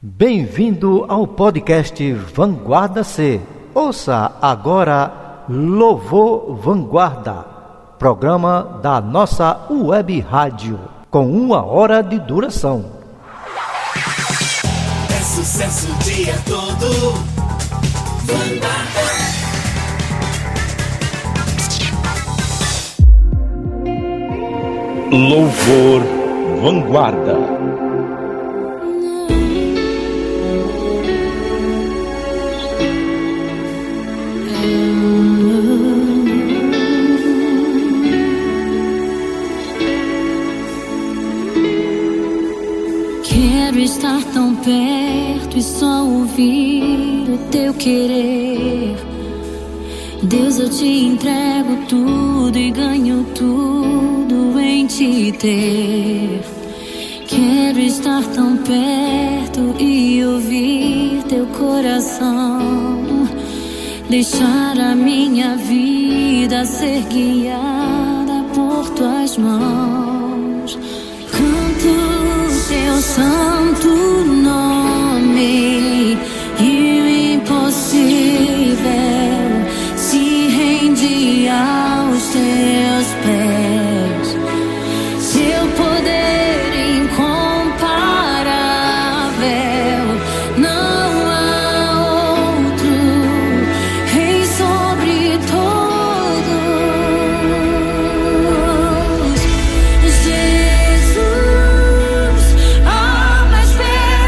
Bem-vindo ao podcast Vanguarda C. Ouça agora Louvor Vanguarda, programa da nossa web rádio, com 1 hora de duração. É sucesso o dia todo, Vanguarda. Louvor Vanguarda. Quero estar tão perto e só ouvir o teu querer. Deus, eu te entrego tudo e ganho tudo em te ter. Quero estar tão perto e ouvir teu coração. Deixar a minha vida ser guiada por tuas mãos. Canto teu santo nome e o impossível se rende aos teus pés. Teu poder incomparável, não há outro rei sobre todos. Jesus, a mais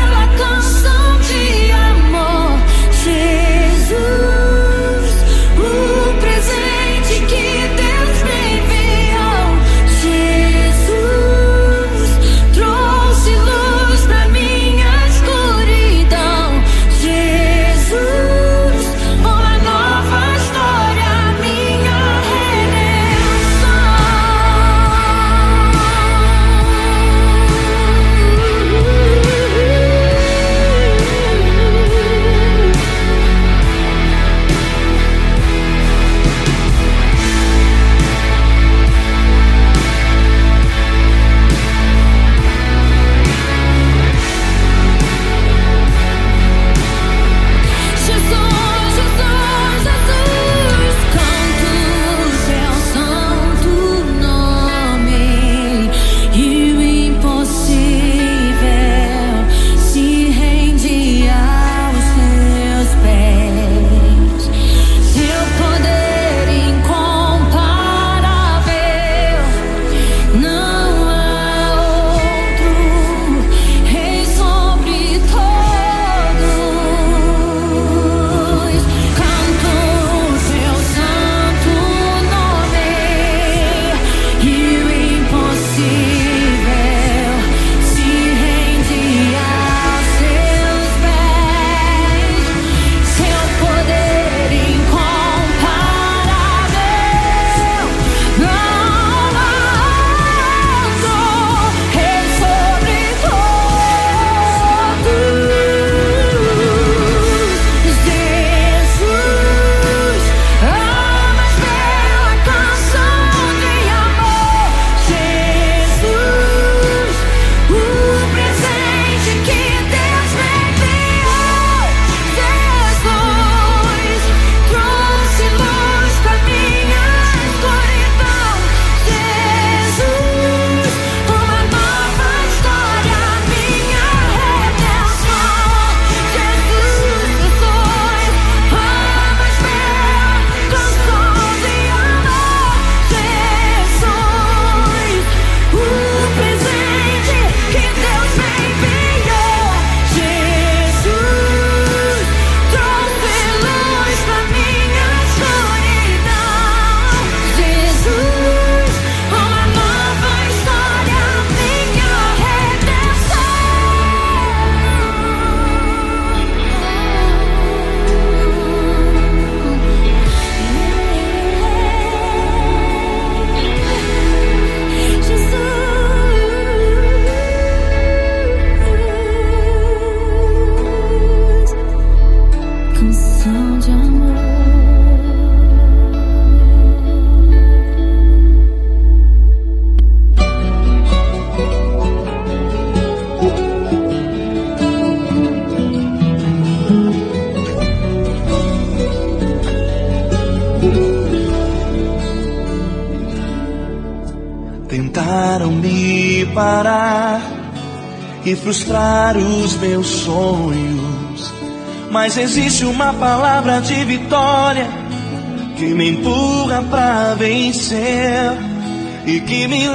parar e frustrar os meus sonhos, mas existe uma palavra de vitória que me empurra pra vencer e que me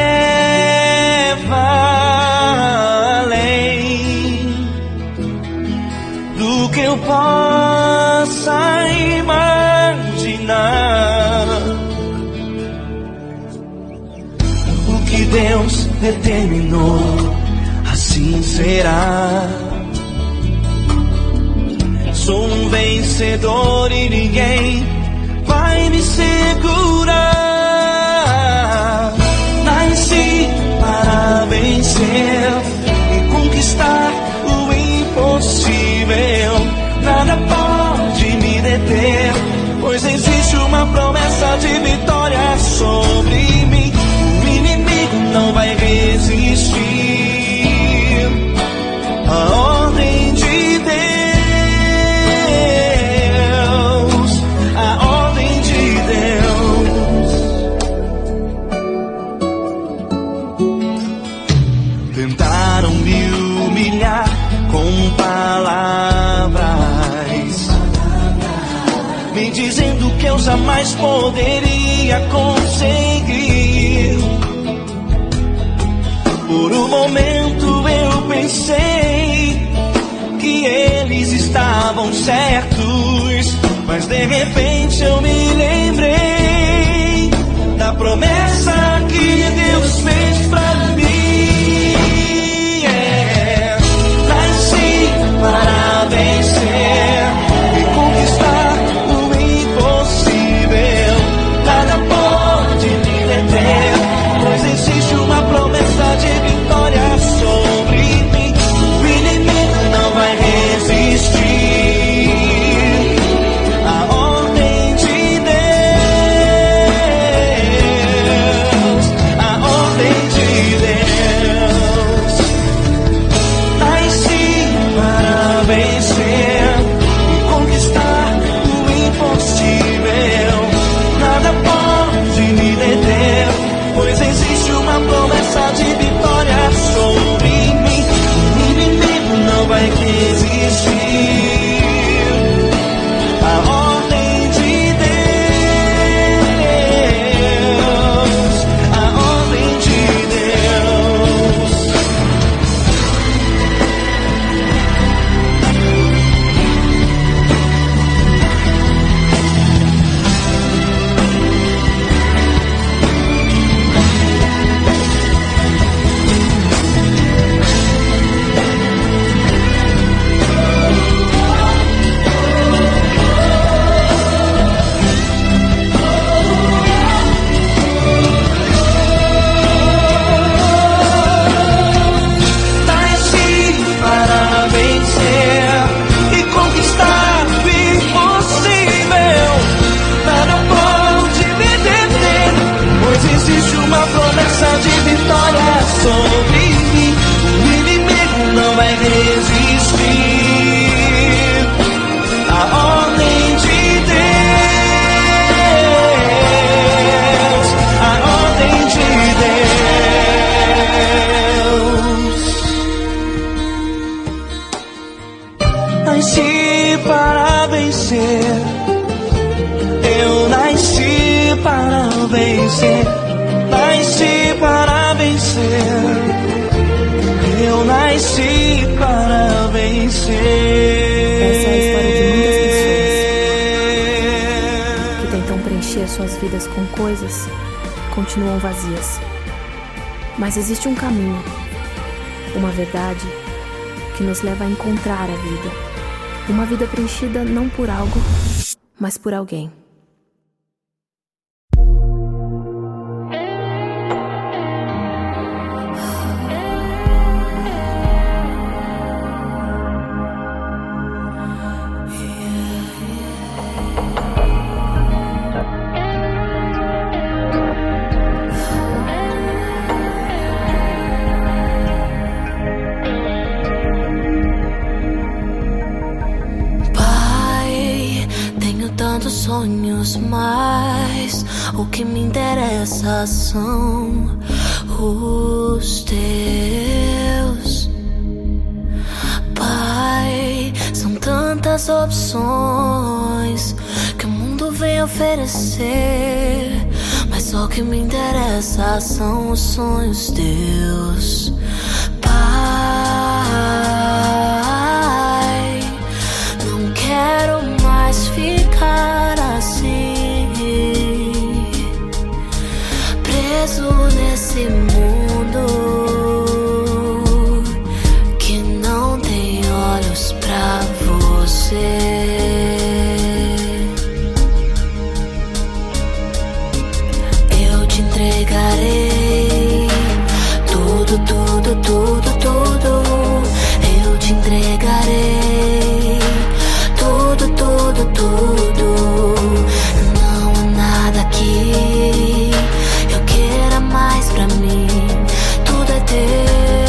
leva além do que eu possa imaginar. O que Deus determinou, assim será. Sou um vencedor e ninguém vai me segurar. Nasci para vencer e conquistar o impossível. Nada pode me deter, pois existe uma promessa de vitória sobre mim. O inimigo não vai resistir à ordem de Deus, a ordem de Deus. Tentaram me humilhar com palavras, me dizendo que eu jamais poderia conseguir. Por um momento eu pensei que eles estavam certos, mas de repente eu me lembrei da promessa que Deus fez pra mim. Nasci para vencer e conquistar o impossível. Nada pode me deter, pois existe uma promessa de vitória sobre mim. O inimigo não vai resistir à ordem de Deus, a ordem de Deus. Nasci para vencer e conquistar o impossível. Nada pode me deter, pois existe uma promessa de vitória sobre mim. O inimigo não vai resistir à ordem de Deus, a ordem de Deus. Existe uma promessa de vitória sobre mim. O inimigo não vai resistir à ordem de Deus, a ordem de Deus. Nasci para vencer, eu nasci para vencer. Nasci para vencer, eu nasci para vencer. Essa é a história de muitas pessoas que tentam preencher suas vidas com coisas que continuam vazias. Mas existe um caminho, uma verdade que nos leva a encontrar a vida. Uma vida preenchida não por algo, mas por alguém. Sonhos, mas o que me interessa são os teus. Pai, são tantas opções que o mundo vem oferecer, mas só o que me interessa são os sonhos teus. Pai, não quero mais ficar assim, preso nesse mundo que não tem olhos pra você. Eu te entregarei tudo, tudo, tudo, tudo. Eu te entregarei tudo, tudo, tudo. Não há nada que eu queira mais pra mim. Tudo é teu.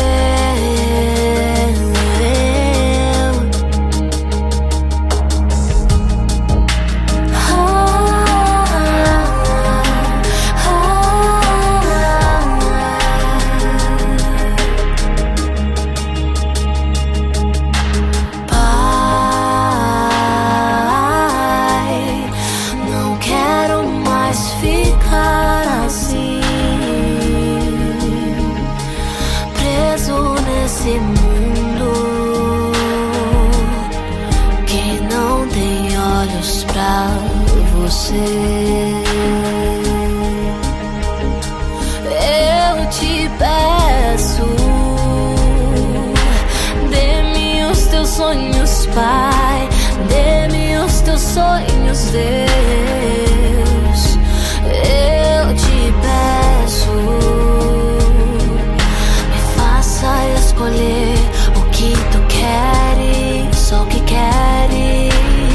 Esse mundo que não tem olhos pra você. Eu te peço, dê-me os teus sonhos, Pai, dê-me os teus sonhos, Deus. Eu te peço, escolher o que tu queres, só o que queres.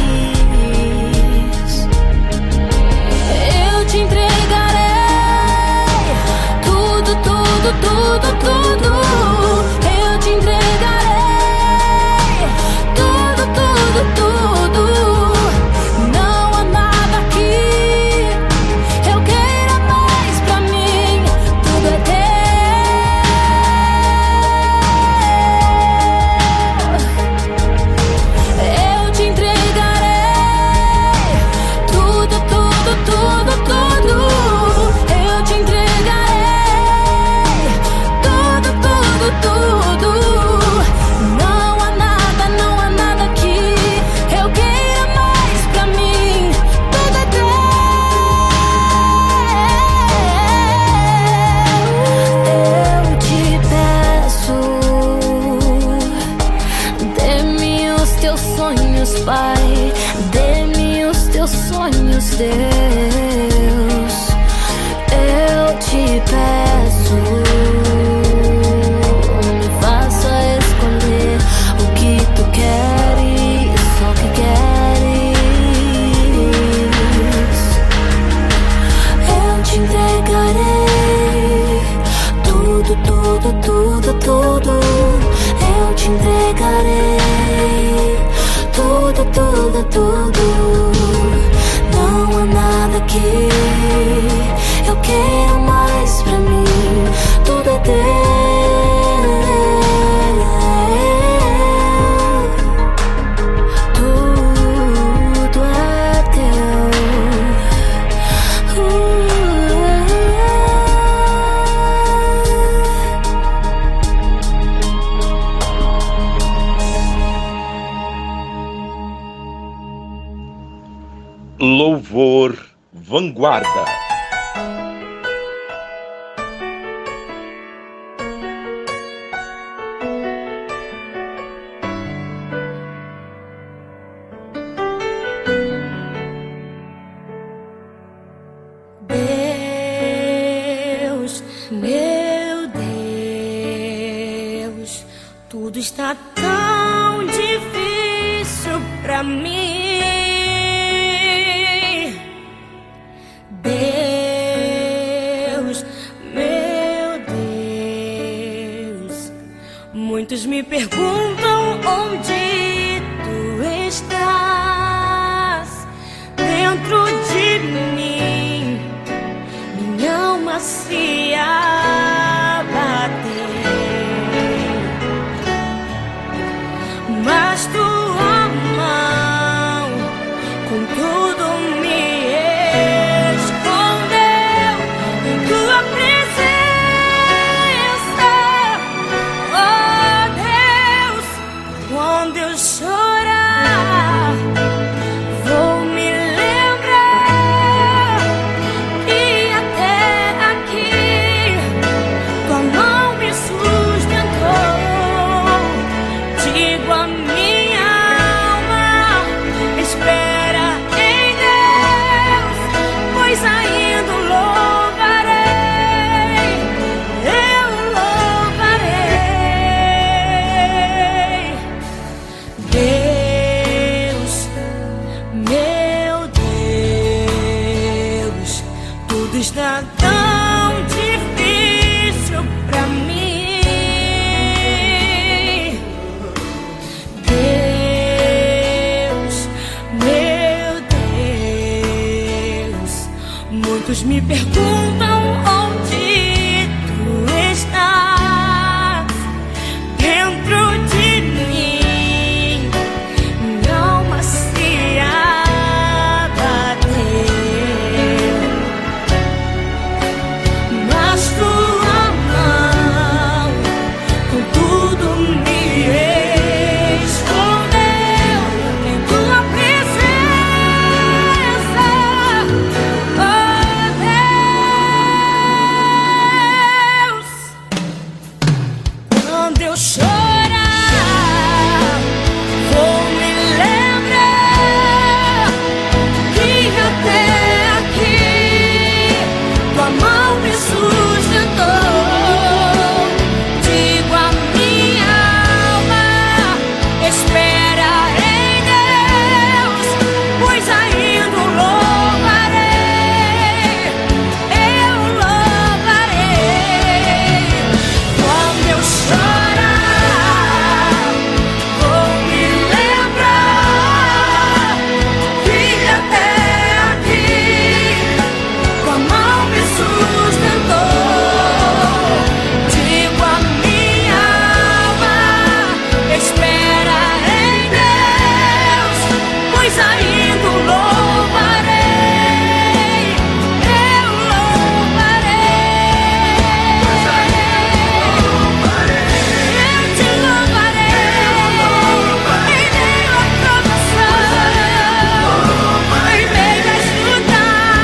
Eu te entregarei tudo, tudo, tudo, tudo. Eu te entregarei tudo, tudo, tudo. Não há nada que eu queira mais pra mim. Tudo é teu. Pai, dê-me os teus sonhos, Deus. Eu te peço, me faça escolher o que tu queres, só o que queres. Eu te entregarei tudo, tudo, tudo, tudo. Eu te entregarei tudo, tudo, tudo. Não há nada que eu quero mais pra mim. Tudo é teu. Tudo é teu. Louvor Vanguarda. Deus, meu Deus, tudo está tão difícil pra mim. Deus, meu Deus, muitos me perguntam onde tu estás. Dentro de mim, minha alma se abre. mas tua mão com tudo me escondeu em tua presença. Oh Deus, quando eu chorar, vou me lembrar que até aqui tua mão me sustentou. Digo a minha alma, espera em Deus, pois ainda o louvarei, eu o louvarei. Deus, meu Deus, tudo está tão difícil pra mim. Deus, meu Deus, muitos me perguntam onde tu estás. Dentro de mim, minha alma se abateu, mas tua mão com tudo me escondeu em tua presença. Oh Deus, quando eu chorar, vou me lembrar que até aqui tua mão me sustentou. Digo a minha alma, espera em Deus, pois ainda o louvarei, eu o louvarei. Quando eu chorar, vou me lembrar que até aqui tua mão me sustentou. Digo a minha alma, espera em Deus, pois ainda o louvarei, eu o louvarei. Eu te louvarei em meio à provação, em meio à escuta.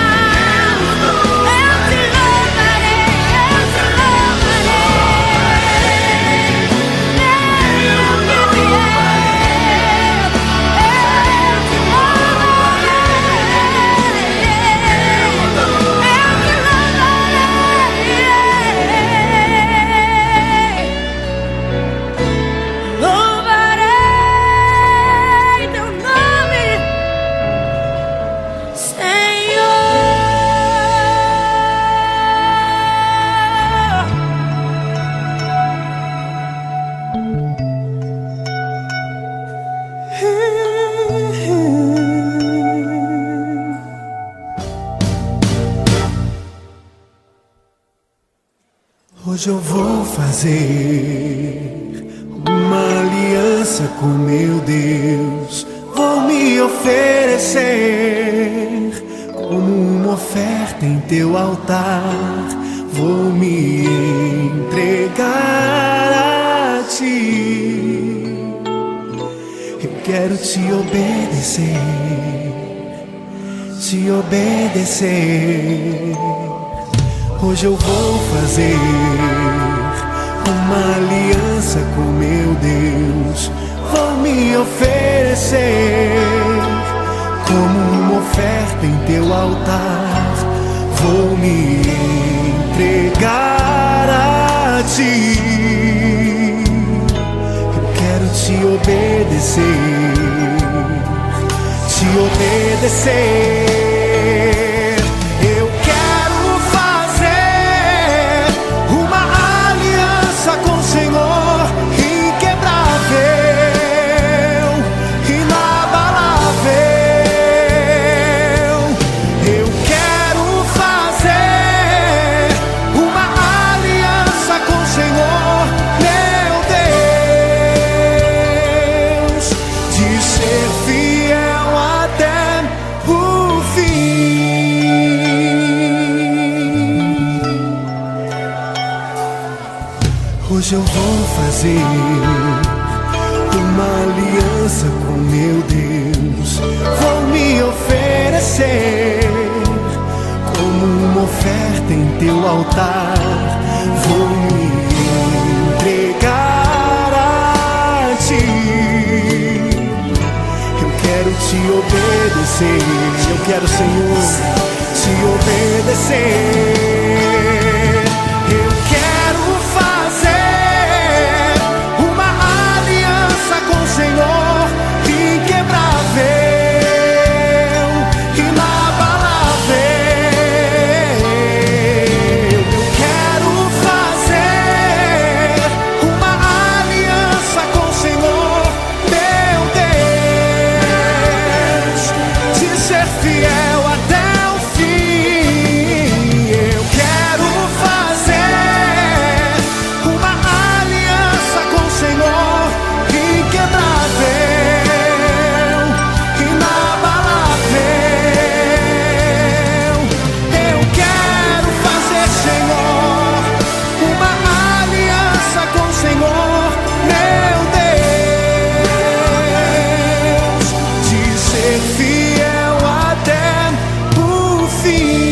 Eu te louvarei, eu te louvarei. Meio que vier, eu te louvarei, teu nome, Senhor. Hoje eu vou fazer uma aliança com meu Deus. Vou me oferecer como uma oferta em teu altar. Vou me entregar a ti. Eu quero te obedecer, te obedecer. Hoje eu vou fazer uma aliança com meu Deus. Vou me oferecer como uma oferta em teu altar. Vou me entregar a ti. Eu quero te obedecer, te obedecer. Eu quero fazer uma aliança com o Senhor, inquebrável, inabalável. Eu quero fazer uma aliança com o Senhor, meu Deus. Hoje eu vou fazer uma aliança com meu Deus. Vou me oferecer como uma oferta em teu altar. Vou me entregar a ti. Eu quero te obedecer. Eu quero, Senhor, te obedecer. Eu quero fazer uma aliança com o Senhor, inquebrável, inabalável. Eu quero fazer uma aliança com o Senhor, meu Deus, de ser fiel até o fim. Eu quero fazer uma aliança com o Senhor, inquebrável, inabalável. Eu quero fazer, Senhor, uma aliança com o Senhor, meu Deus, de ser fiel até o fim.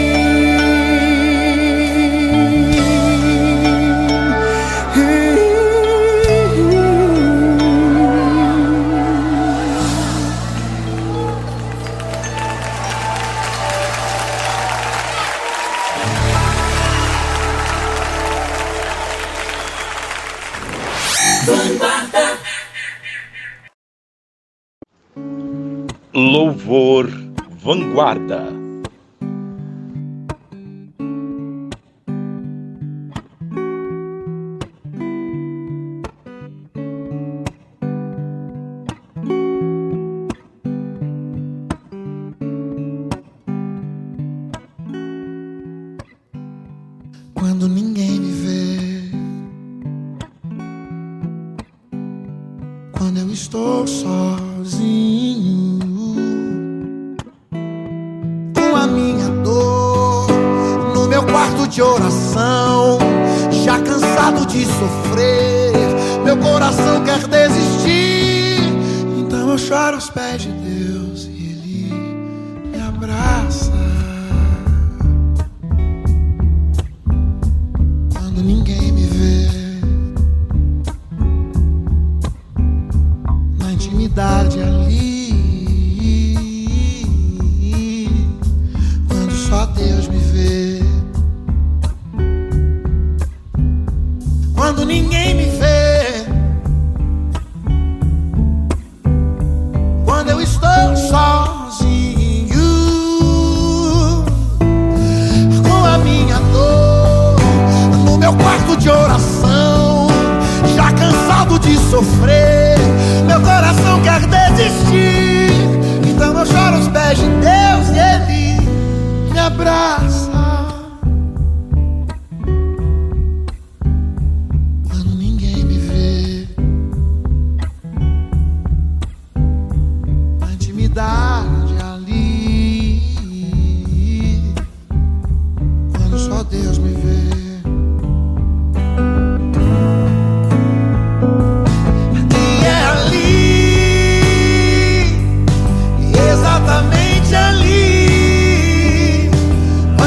Louvor Vanguarda. Quando ninguém me vê, quando eu estou sozinho, com a minha dor no meu quarto de oração, já cansado de sofrer, meu coração quer desistir. Então eu choro aos pés de Deus e Ele me abraça. Quando ninguém me vê, na intimidade ali, quando só Deus me vê. Quando ninguém me vê, quando eu estou sozinho, com a minha dor no meu quarto de oração, já cansado de sofrer, meu coração quer desistir. Então eu choro aos pés de Deus e Ele me abraça. Quando ninguém me vê, na intimidade ali, quando só Deus me vê. E é ali, exatamente ali,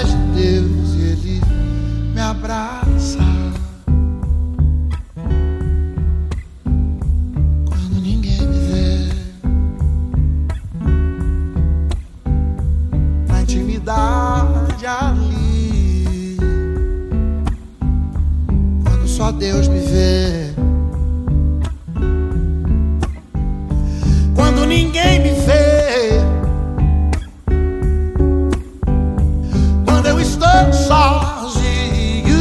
pés de Deus e Ele me abraça. Quando ninguém me vê, na intimidade ali, quando só Deus me vê. Quando ninguém me vê, quando eu estou sozinho,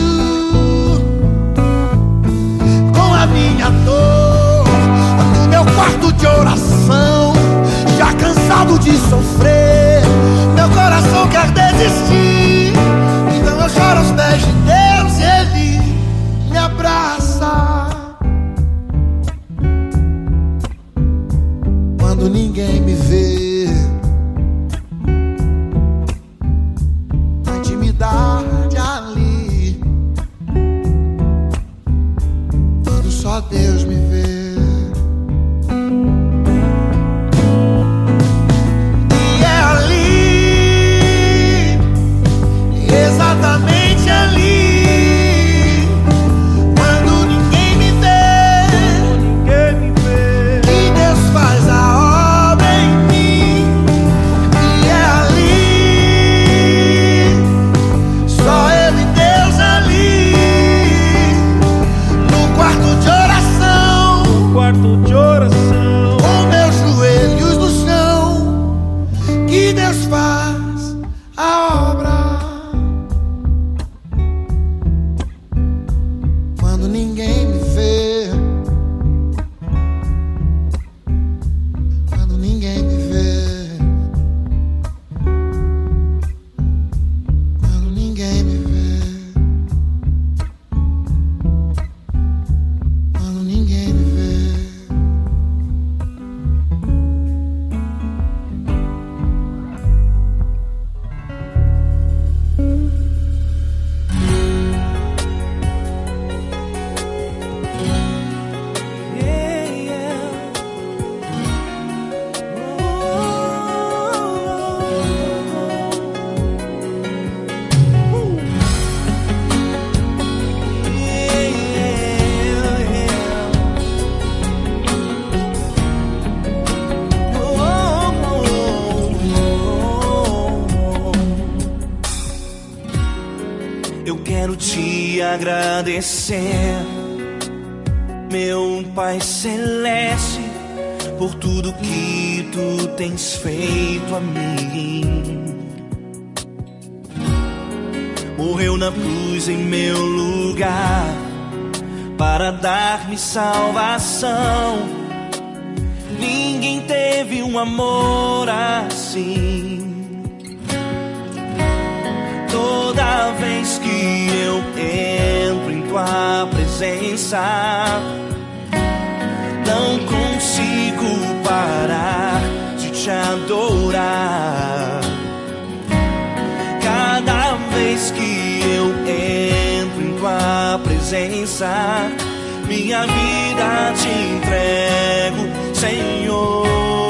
com a minha dor no meu quarto de oração, já cansado de sofrer, meu coração quer desistir. Então eu choro aos pés de Deus e Ele me abraça. Quando ninguém me vê, na intimidade ali, quando só Deus me vê. E é ali, exatamente ali, quando ninguém me vê, que Deus faz a de oração, com meus joelhos no chão, que Deus faz a obra. Quando ninguém me vê, quando ninguém me vê, quando ninguém me vê, quando ninguém me vê. Agradecer, meu Pai Celeste, por tudo que Tu tens feito a mim. Morreu na cruz em meu lugar para dar-me salvação. Ninguém teve um amor assim. Toda vez que eu entro em Tua presença, não consigo parar de Te adorar. Cada vez que eu entro em Tua presença, minha vida Te entrego, Senhor.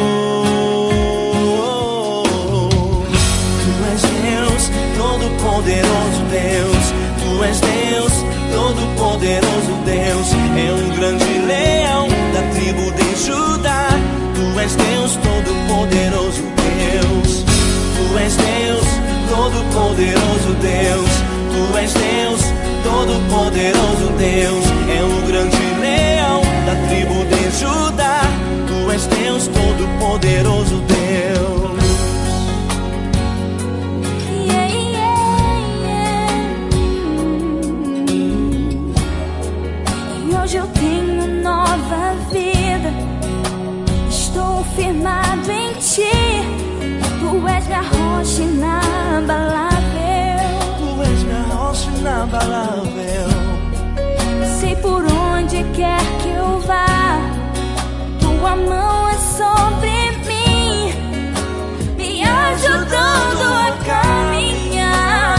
Todo-poderoso Deus, Tu és Deus, Todo-poderoso Deus, é um grande leão da tribo de Judá. Tu és Deus, Todo-poderoso Deus, Tu és Deus, Todo-poderoso Deus, Tu és Deus, Todo-poderoso Deus, é um grande leão da tribo de Judá. Tu és Deus, Todo-poderoso Deus. Hoje eu tenho nova vida, estou firmado em Ti. Tu és minha rocha inabalável, Tu és minha rocha inabalável. Sei por onde quer que eu vá, Tua mão é sobre mim, me ajudando a caminhar.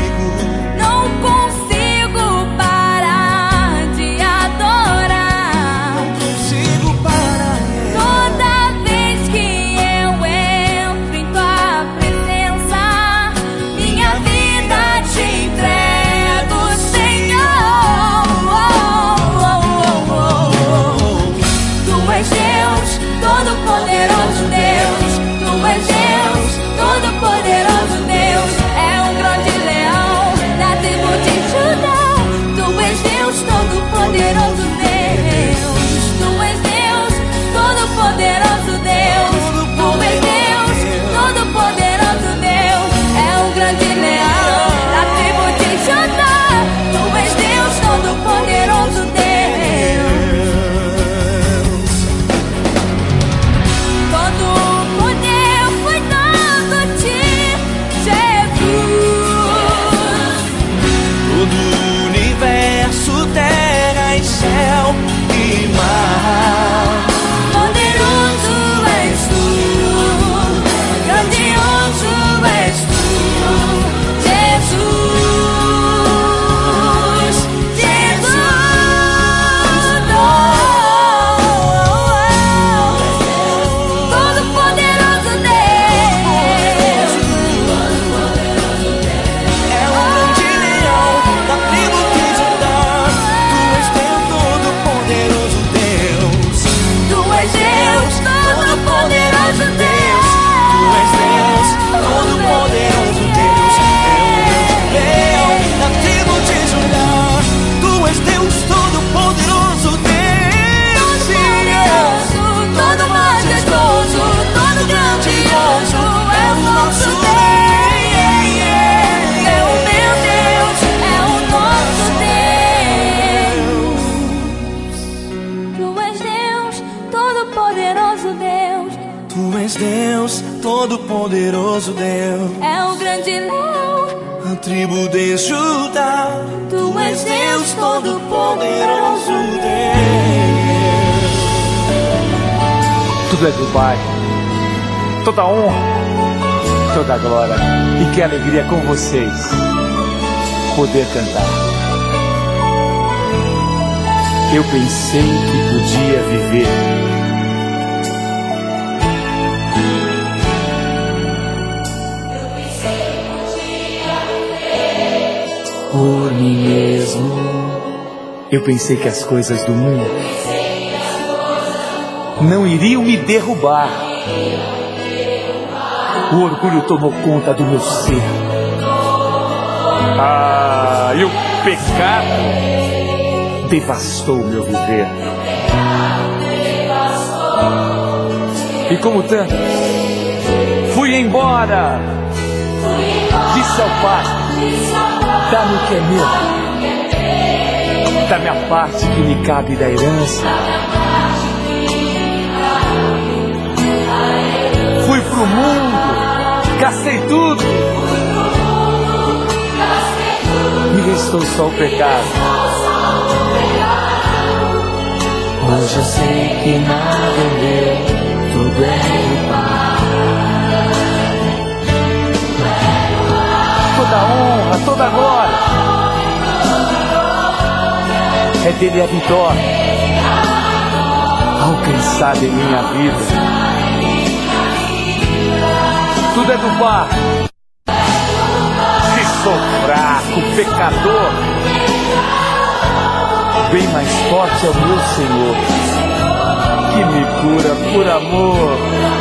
Não consigo parar de adorar. poderoso Deus. Tu és Deus, todo-poderoso Deus. É o grande leão, a tribo de Judá. Tu és Deus, todo-poderoso Deus. Tudo é do Pai, toda honra, toda glória. E que alegria com vocês poder cantar. Eu pensei que podia viver por mim mesmo. Eu pensei que as coisas do mundo não iriam me derrubar. O orgulho tomou conta do meu ser. E o pecado devastou o meu viver. E como tanto, fui embora. Disse ao Pai: dá-me o que é meu, dá-me a parte que me cabe da herança. Fui pro mundo, gastei tudo, me restou só o pecado. Hoje eu sei que nada é meu, tudo é do Pai. Toda honra, toda glória é dele a vitória alcançada em minha vida. Tudo é do Pai. Se sou fraco, pecador, bem mais forte é o meu Senhor, que me cura por amor.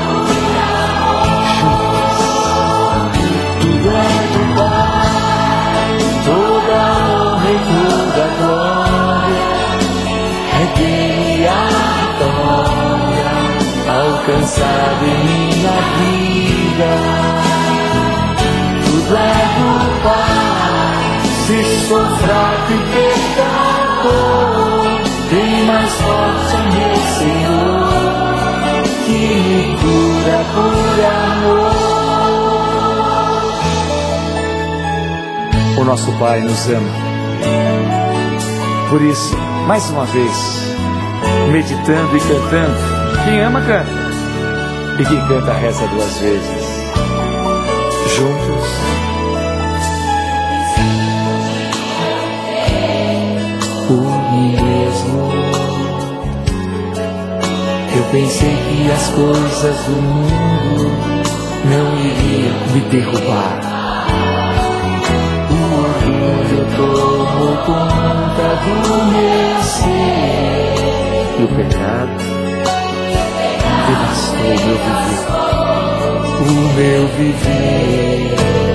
Tudo é do Pai, toda honra e toda glória é dele a vitória alcançada em minha vida. Tudo é do Pai. Se sou fraco e pecador, bem mais forte é meu Senhor, que me cura por amor. O nosso Pai nos ama. Por isso, mais uma vez, meditando e cantando, quem ama canta, e quem canta reza duas vezes. Juntos, por mim mesmo, eu pensei que as coisas do mundo não iriam me derrubar. O orgulho tomou conta do meu ser, e o pecado devastou o meu viver. O meu viver.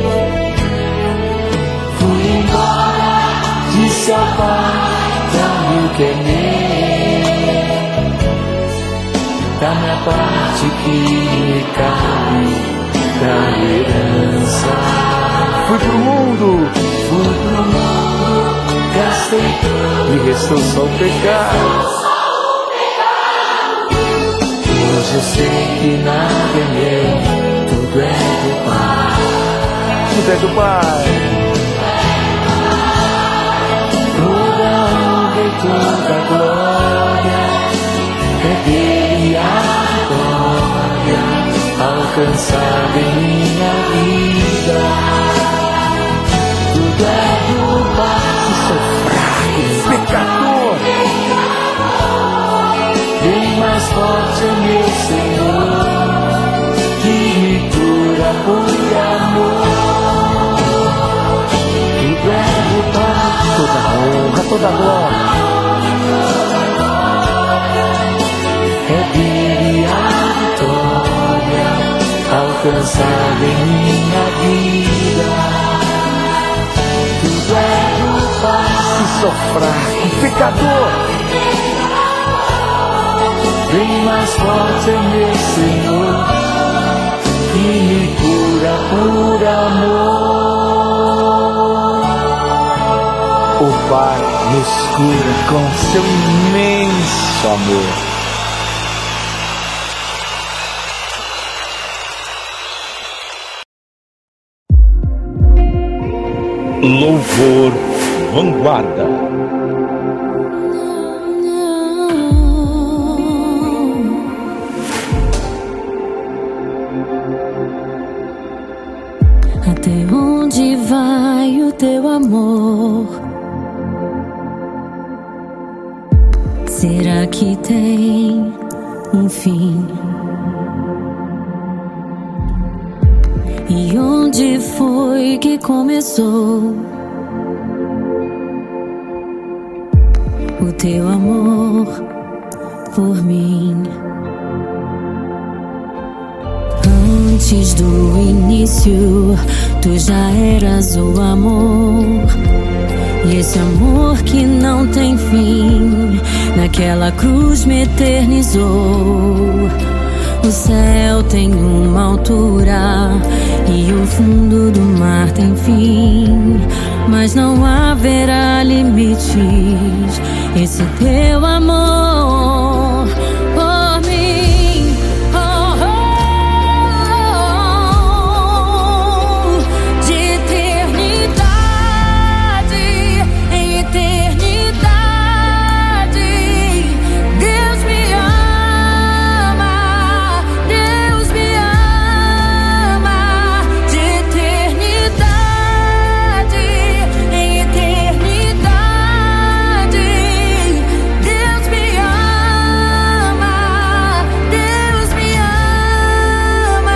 Fui embora, disse ao Pai: dá-me o que é meu, dá-me a parte que me cabe da herança. Fui pro mundo, gastei, me restou só o pecado. Hoje eu sei que nada é meu, tudo é do Pai. Tudo é do Pai. Toda honra e toda glória é dele a vitória alcançada em minha vida. Tudo é do Pai. Se sou fraco, pecador, bem mais forte é meu Senhor, que me cura por amor. Tudo é do Pai. Toda honra, toda glória é dele a vitória alcançada em minha vida. Tudo é do Pai. Se sou fraco, pecador, bem mais forte é meu Senhor, que me cura por amor. O Pai nos cura com seu imenso amor. Louvor Vanguarda. Até onde vai o teu amor? Será que tem um fim? E onde foi que começou o teu amor por mim? Antes do início, tu já eras o amor. E esse amor que não tem fim, naquela cruz me eternizou. O céu tem uma altura e o fundo do mar tem fim, mas não haverá limites. Esse teu amor por mim, oh, oh, de eternidade em eternidade, Deus me ama, Deus me ama, de eternidade em eternidade, Deus me ama, Deus me ama.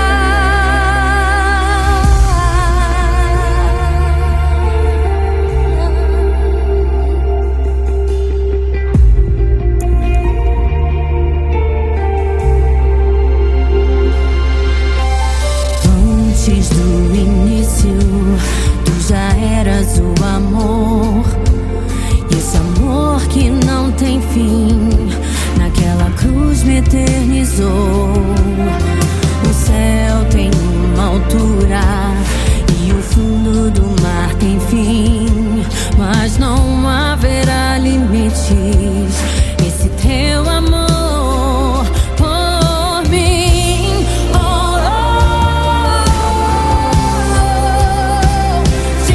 Antes do início, tu já eras o amor. E esse amor que não tem fim, naquela cruz me eternizou. O céu tem uma altura e o fundo do mar tem fim, mas não haverá limites. Esse teu amor por mim, oh, oh, de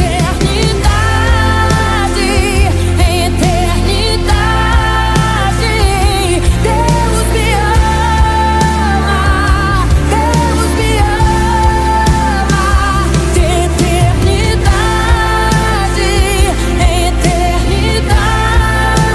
eternidade em eternidade, Deus me ama, Deus me ama, de eternidade em eternidade,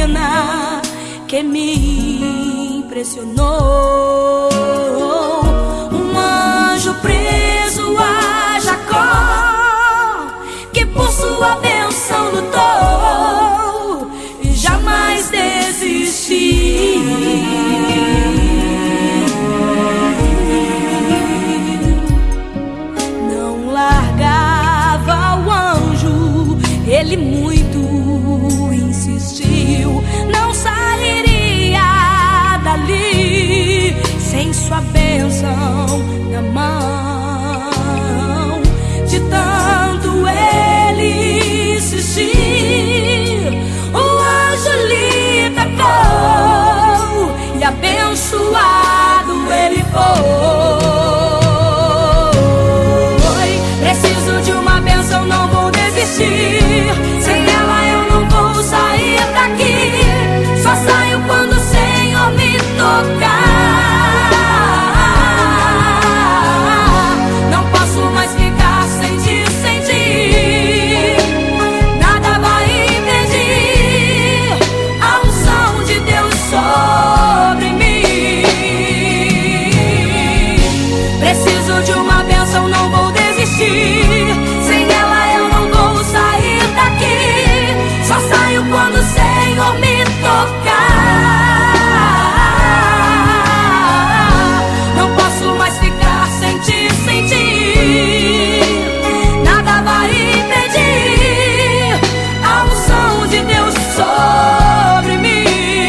cena que me impressionou. Um anjo preso a Jacó, que por sua bênção lutou e jamais desistiu. Não largava o anjo, ele muito insistiu, não sairia dali sem sua bênção na mão. De tanto ele insistir, o anjo lhe tocou e abençoado ele foi. Preciso de uma bênção, não vou desistir. Sem ela eu não vou sair daqui. Só saio quando o Senhor me tocar. Não posso mais ficar sem ti, sem ti. Nada vai impedir a unção de Deus sobre mim. Preciso de uma bênção, não vou desistir. Sem ela eu não vou sair daqui. Só saio quando o Senhor me tocar. Não posso mais ficar sem ti, sem ti. Nada vai impedir a unção de Deus sobre mim.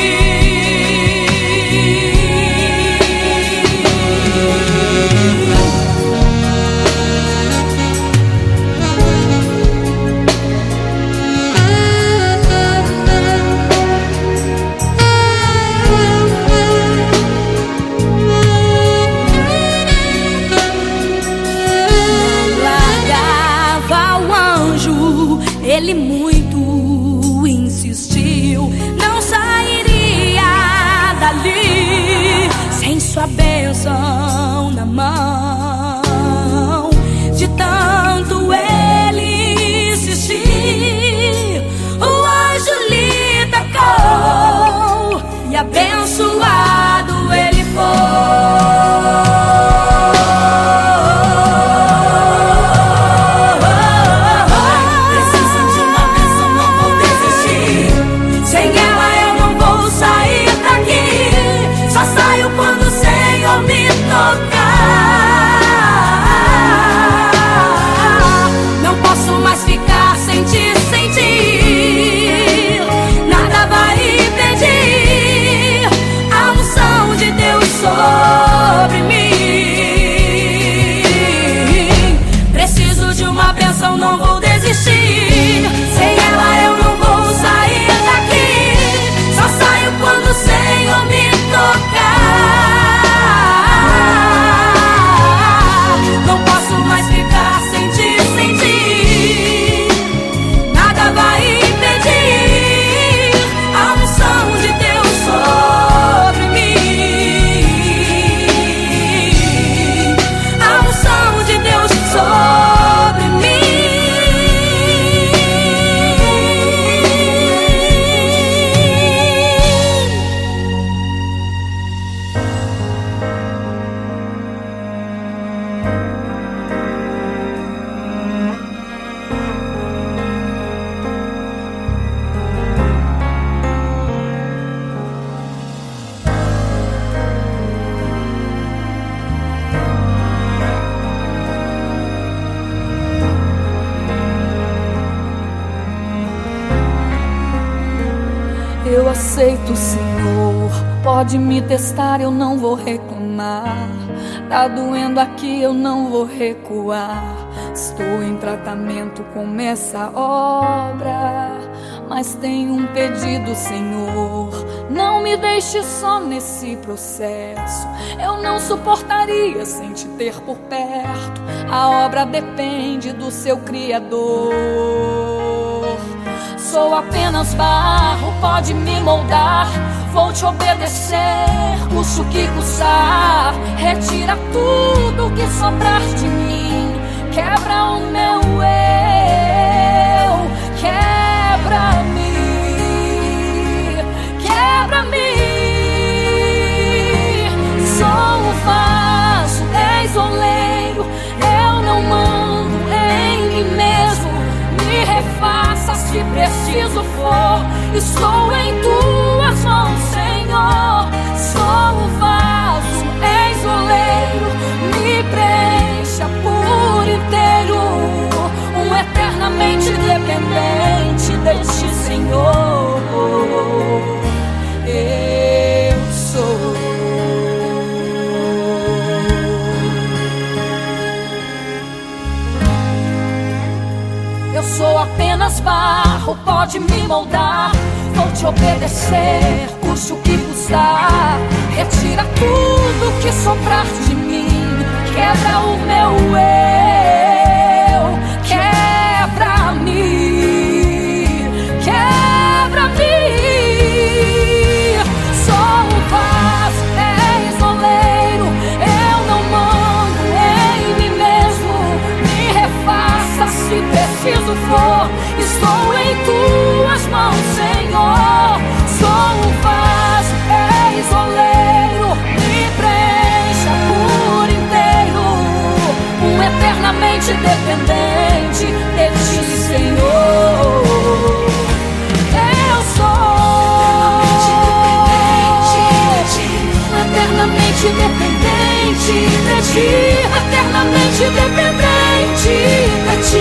Ele muito insistiu, não sairia dali sem sua bênção na mão. De tanto ele insistir, o anjo lhe tocou e abençoado ele foi. Não posso mais ficar sem ti, sem ti. Nada vai impedir a unção de Deus sobre mim. Preciso de uma bênção, não vou desistir. Sem ela eu não vou sair daqui. Só saio quando o Senhor me tocar. Não posso mais ficar sem ti, sem ti. Nada vai impedir a unção de Deus sobre mim. A unção de Deus sobre mim. Eu aceito, Senhor, pode me testar, eu não vou reclamar. Tá doendo aqui, eu não vou recuar. Estou em tratamento com essa obra, mas tenho um pedido, Senhor. Não me deixe só nesse processo. Eu não suportaria sem te ter por perto. A obra depende do seu Criador. Sou apenas barro, pode me moldar. Vou te obedecer, custe o que custar. Retira tudo que sobrar de mim. Quebra o meu eu, quebra-me. preciso for, estou em tuas mãos, Senhor. Sou o vaso, és oleiro, me preencha por inteiro, eternamente dependente de ti, Senhor. Eu sou. Eu sou apenas barro, pode me moldar. Vou te obedecer, custe o que custar. Retira tudo que soprar de mim, quebra o meu eu, quebra-me, quebra-me. Sou o vaso, és oleiro, eu não mando em mim mesmo. Me refaça se preciso for, estou em tuas mãos, Senhor. Sou o vaso, és oleiro, me preencha por inteiro, eternamente dependente de ti, Senhor. Eu sou eternamente dependente de ti, eternamente dependente de ti,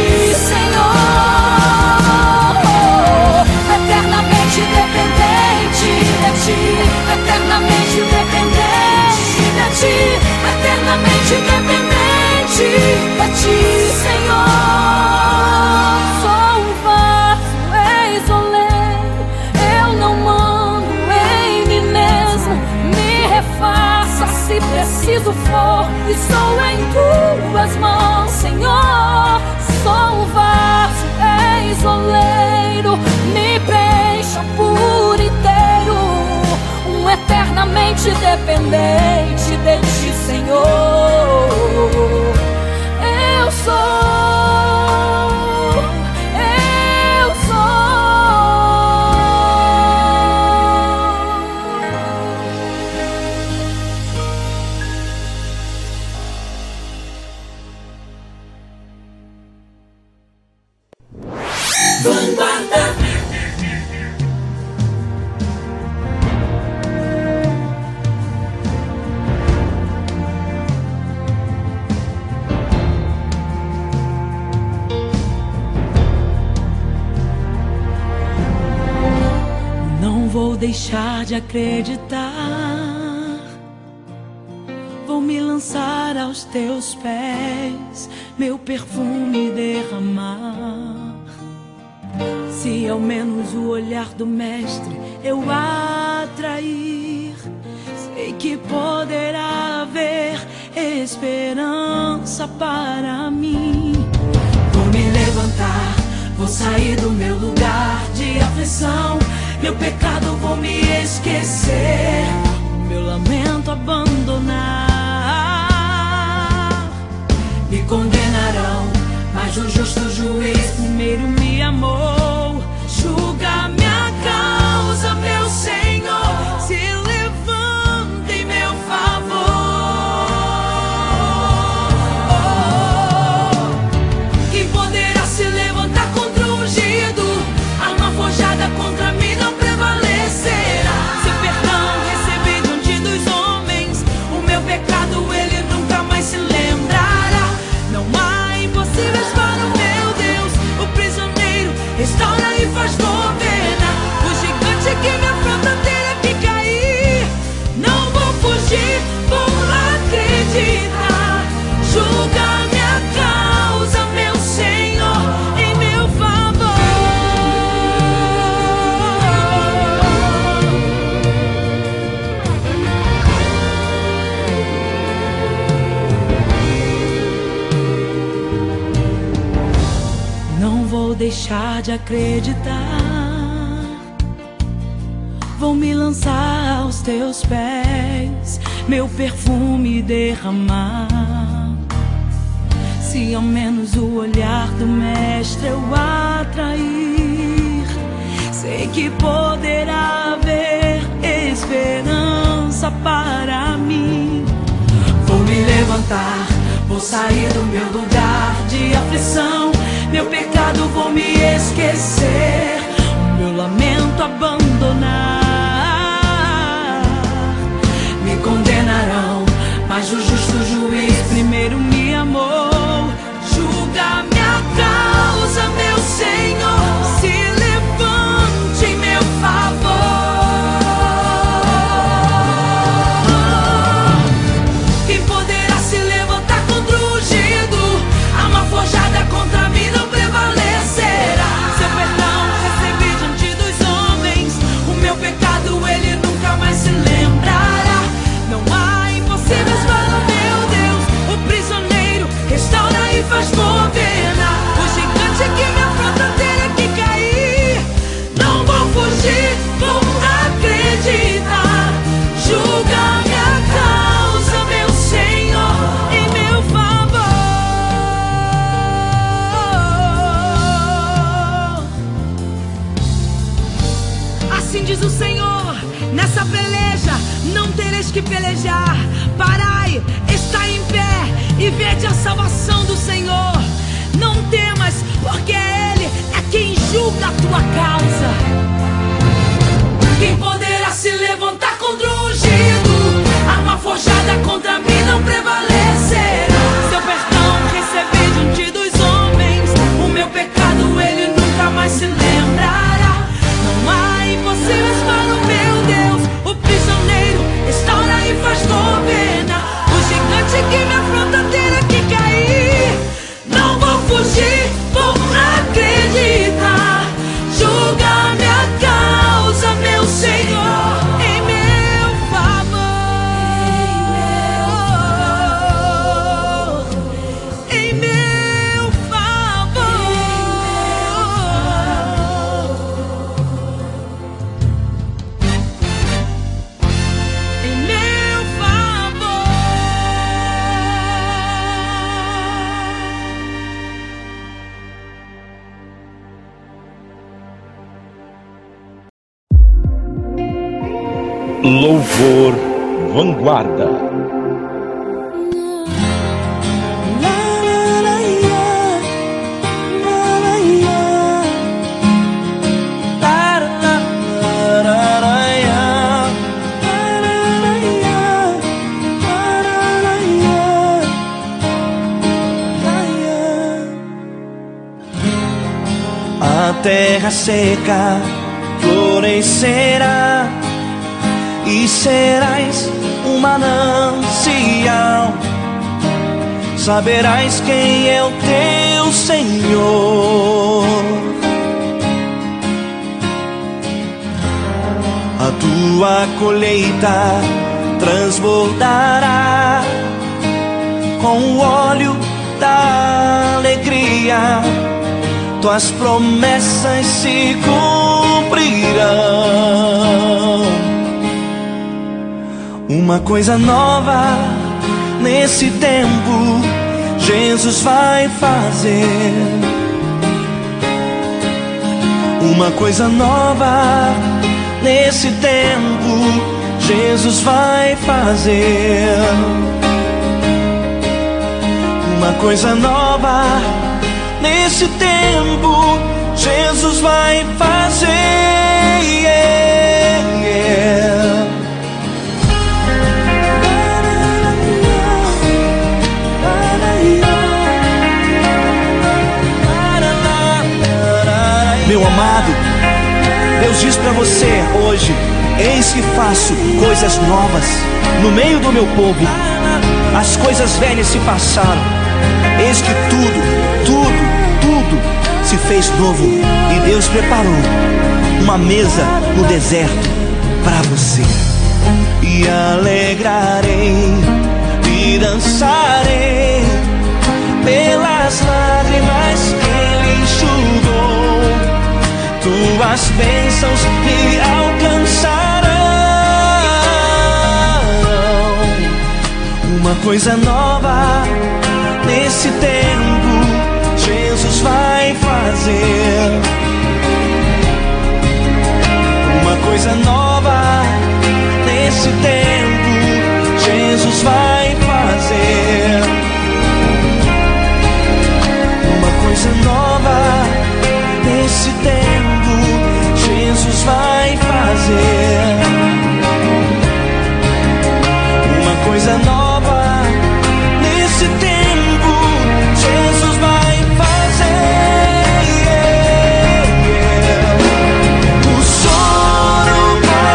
Senhor. Eternamente dependente de ti, eternamente dependente de ti, eternamente dependente de ti, Senhor. Sou o vaso, és oleiro, eu não mando em mim mesmo. Me refaça se preciso for, estou em tuas mãos, Senhor. Sou o vaso, és oleiro, me preencha por inteiro, eternamente dependente de ti, Senhor. Eu sou, eu Vanguarda. Vou deixar de acreditar, vou me lançar aos teus pés, meu perfume derramar. Se ao menos o olhar do mestre eu atrair, sei que poderá haver esperança para mim. Vou me levantar, vou sair do meu lugar de aflição. Meu pecado vou me esquecer, meu lamento abandonar. Me condenarão, mas o justo juiz primeiro me amou. Julga minha causa, meu Senhor, se levanta em meu favor. Quem poderá se levantar contra o ungido? Arma forjada contra mim não prevalecerá. Se perdão recebi diante dos homens, o meu pecado ele nunca mais se lembrará. Não há impossíveis para o meu Deus. O prisioneiro restaura e faz governar. O gigante que me afronta terá que cair. Não vou fugir, vou acreditar. Julga minha causa, meu Senhor, em meu favor. Não vou deixar de acreditar, vou me lançar aos teus pés, meu perfume derramar. Se ao menos o olhar do mestre eu atrair, sei que poderá haver esperança para mim. Vou me levantar, vou sair do meu lugar de aflição. Meu pecado vou me esquecer, Assim diz o Senhor: nessa peleja não tereis que pelejar. Parai, está em pé e vede a salvação do Senhor. Não temas, porque Ele é quem julga a tua causa. Quem poderá se levantar contra o ungido? Arma forjada contra mim não prevalecerá. Seu perdão recebi diante dos homens, o meu pecado Ele nunca mais se lembrará. Não há impossíveis para o meu Deus. O prisioneiro restaura e faz novena. O gigante que me afronta terá que cair. Não vou fugir, vou acreditar. Julga minha causa, meu Senhor, em meu favor. Em meu favor. Em meu favor. Louvor Vanguarda. A terra seca florescerá e serás um manancial. Saberás quem é o teu Senhor. A tua colheita transbordará com o óleo da alegria. Tuas promessas se cumprirão. Uma coisa nova nesse tempo Jesus vai fazer. Uma coisa nova nesse tempo Jesus vai fazer. Uma coisa nova nesse tempo Jesus vai fazer. Meu amado, Deus diz pra você hoje: eis que faço coisas novas no meio do meu povo. As coisas velhas se passaram, eis que tudo se fez novo. E Deus preparou uma mesa no deserto pra você. E alegrarei e dançarei pelas lágrimas que Ele enxugou. Tuas bênçãos me alcançarão. Uma coisa nova nesse tempo Jesus vai fazer. Uma coisa nova nesse tempo Jesus vai fazer. Uma coisa nova nesse tempo Jesus vai fazer. Uma coisa nova nesse tempo Jesus vai fazer. O choro vai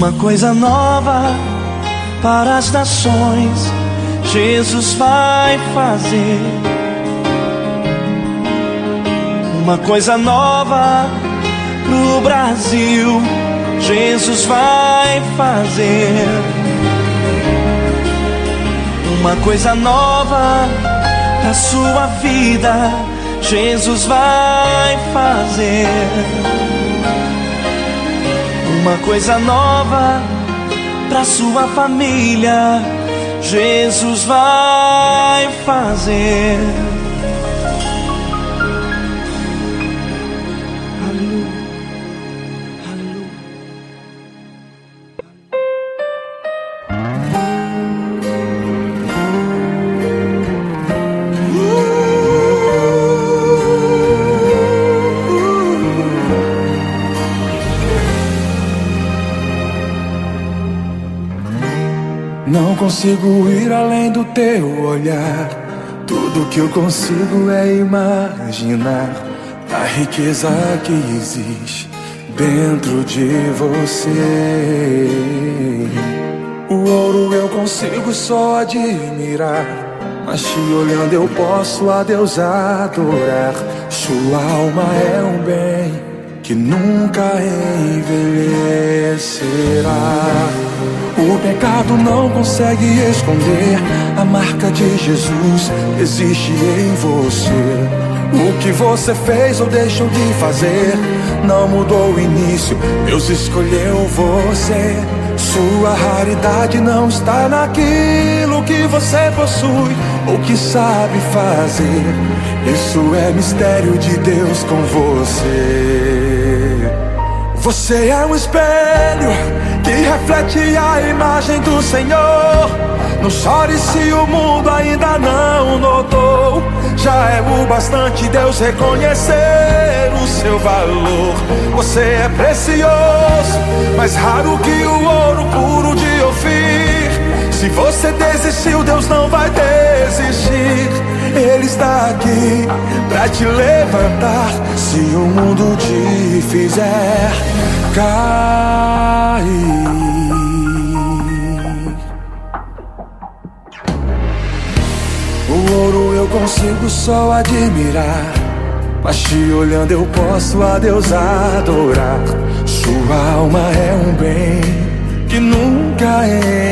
Uma coisa nova para as nações Jesus vai fazer. Uma coisa nova pro Brasil Jesus vai fazer. Uma coisa nova pra sua vida Jesus vai fazer. Uma coisa nova pra sua família Jesus vai fazer. Não consigo ir além do teu olhar. Tudo que eu consigo é imaginar a riqueza que existe dentro de você. O ouro eu consigo só admirar, mas te olhando eu posso a Deus adorar. Sua alma é um bem que nunca envelhecerá. O pecado não consegue esconder a marca de Jesus existe em você. O que você fez ou deixou de fazer não mudou o início, Deus escolheu você. Sua raridade não está naquilo que você possui ou que sabe fazer. Isso é mistério de Deus com você. Você é um espelho que reflete a imagem do Senhor. Não chore se o mundo ainda não notou. Já é o bastante Deus reconhecer o seu valor. Você é precioso, mais raro que o ouro puro de Ofir. Se você desistiu, Deus não vai desistir. Ele está aqui pra te levantar se o mundo te fizer cair. O ouro eu consigo só admirar, mas te olhando eu posso a Deus adorar. Sua alma é um bem que nunca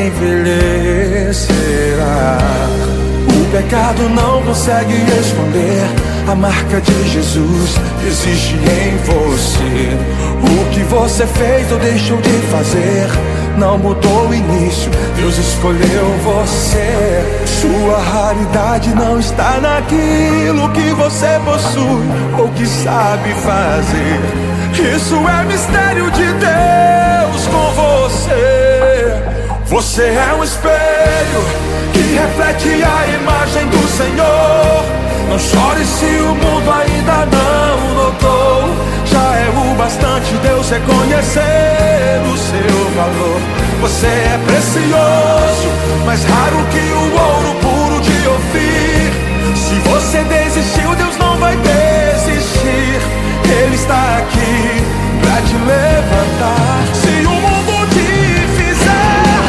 envelhecerá. O pecado não consegue esconder a marca de Jesus existe em você. O que você fez ou deixou de fazer não mudou o início, Deus escolheu você. Sua raridade não está naquilo que você possui ou que sabe fazer. Isso é mistério de Deus com você. Você é um espelho que reflete a imagem do Senhor. Não chore se o mundo ainda não notou. Já é o bastante Deus reconhecer o seu valor. Você é precioso, mais raro que o ouro puro de Ofir. Se você desistiu, Deus não vai desistir. Ele está aqui pra te levantar se o mundo te fizer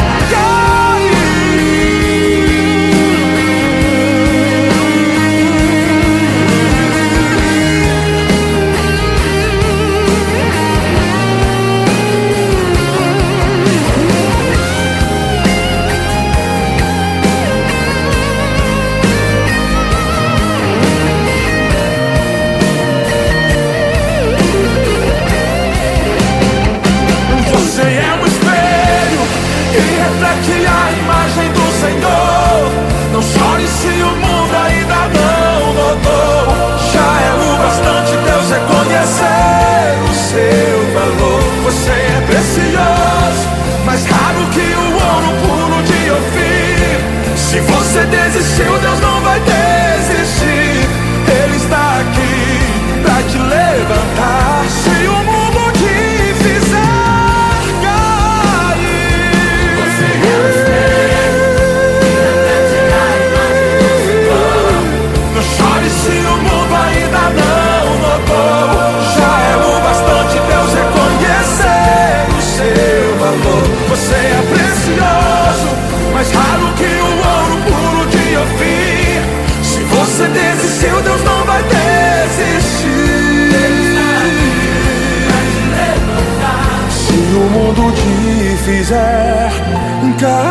reflete a imagem do Senhor. Não chore se o mundo ainda não notou. Já é o bastante Deus reconhecer o seu valor. Você é precioso, mais raro que o ouro puro de Ofir. Se você desistiu, Deus não vai desistir. Ele está aqui pra te levantar se o mundo te fizer. Se o mundo ainda não notou, já é o bastante Deus reconhecer o seu valor. fizer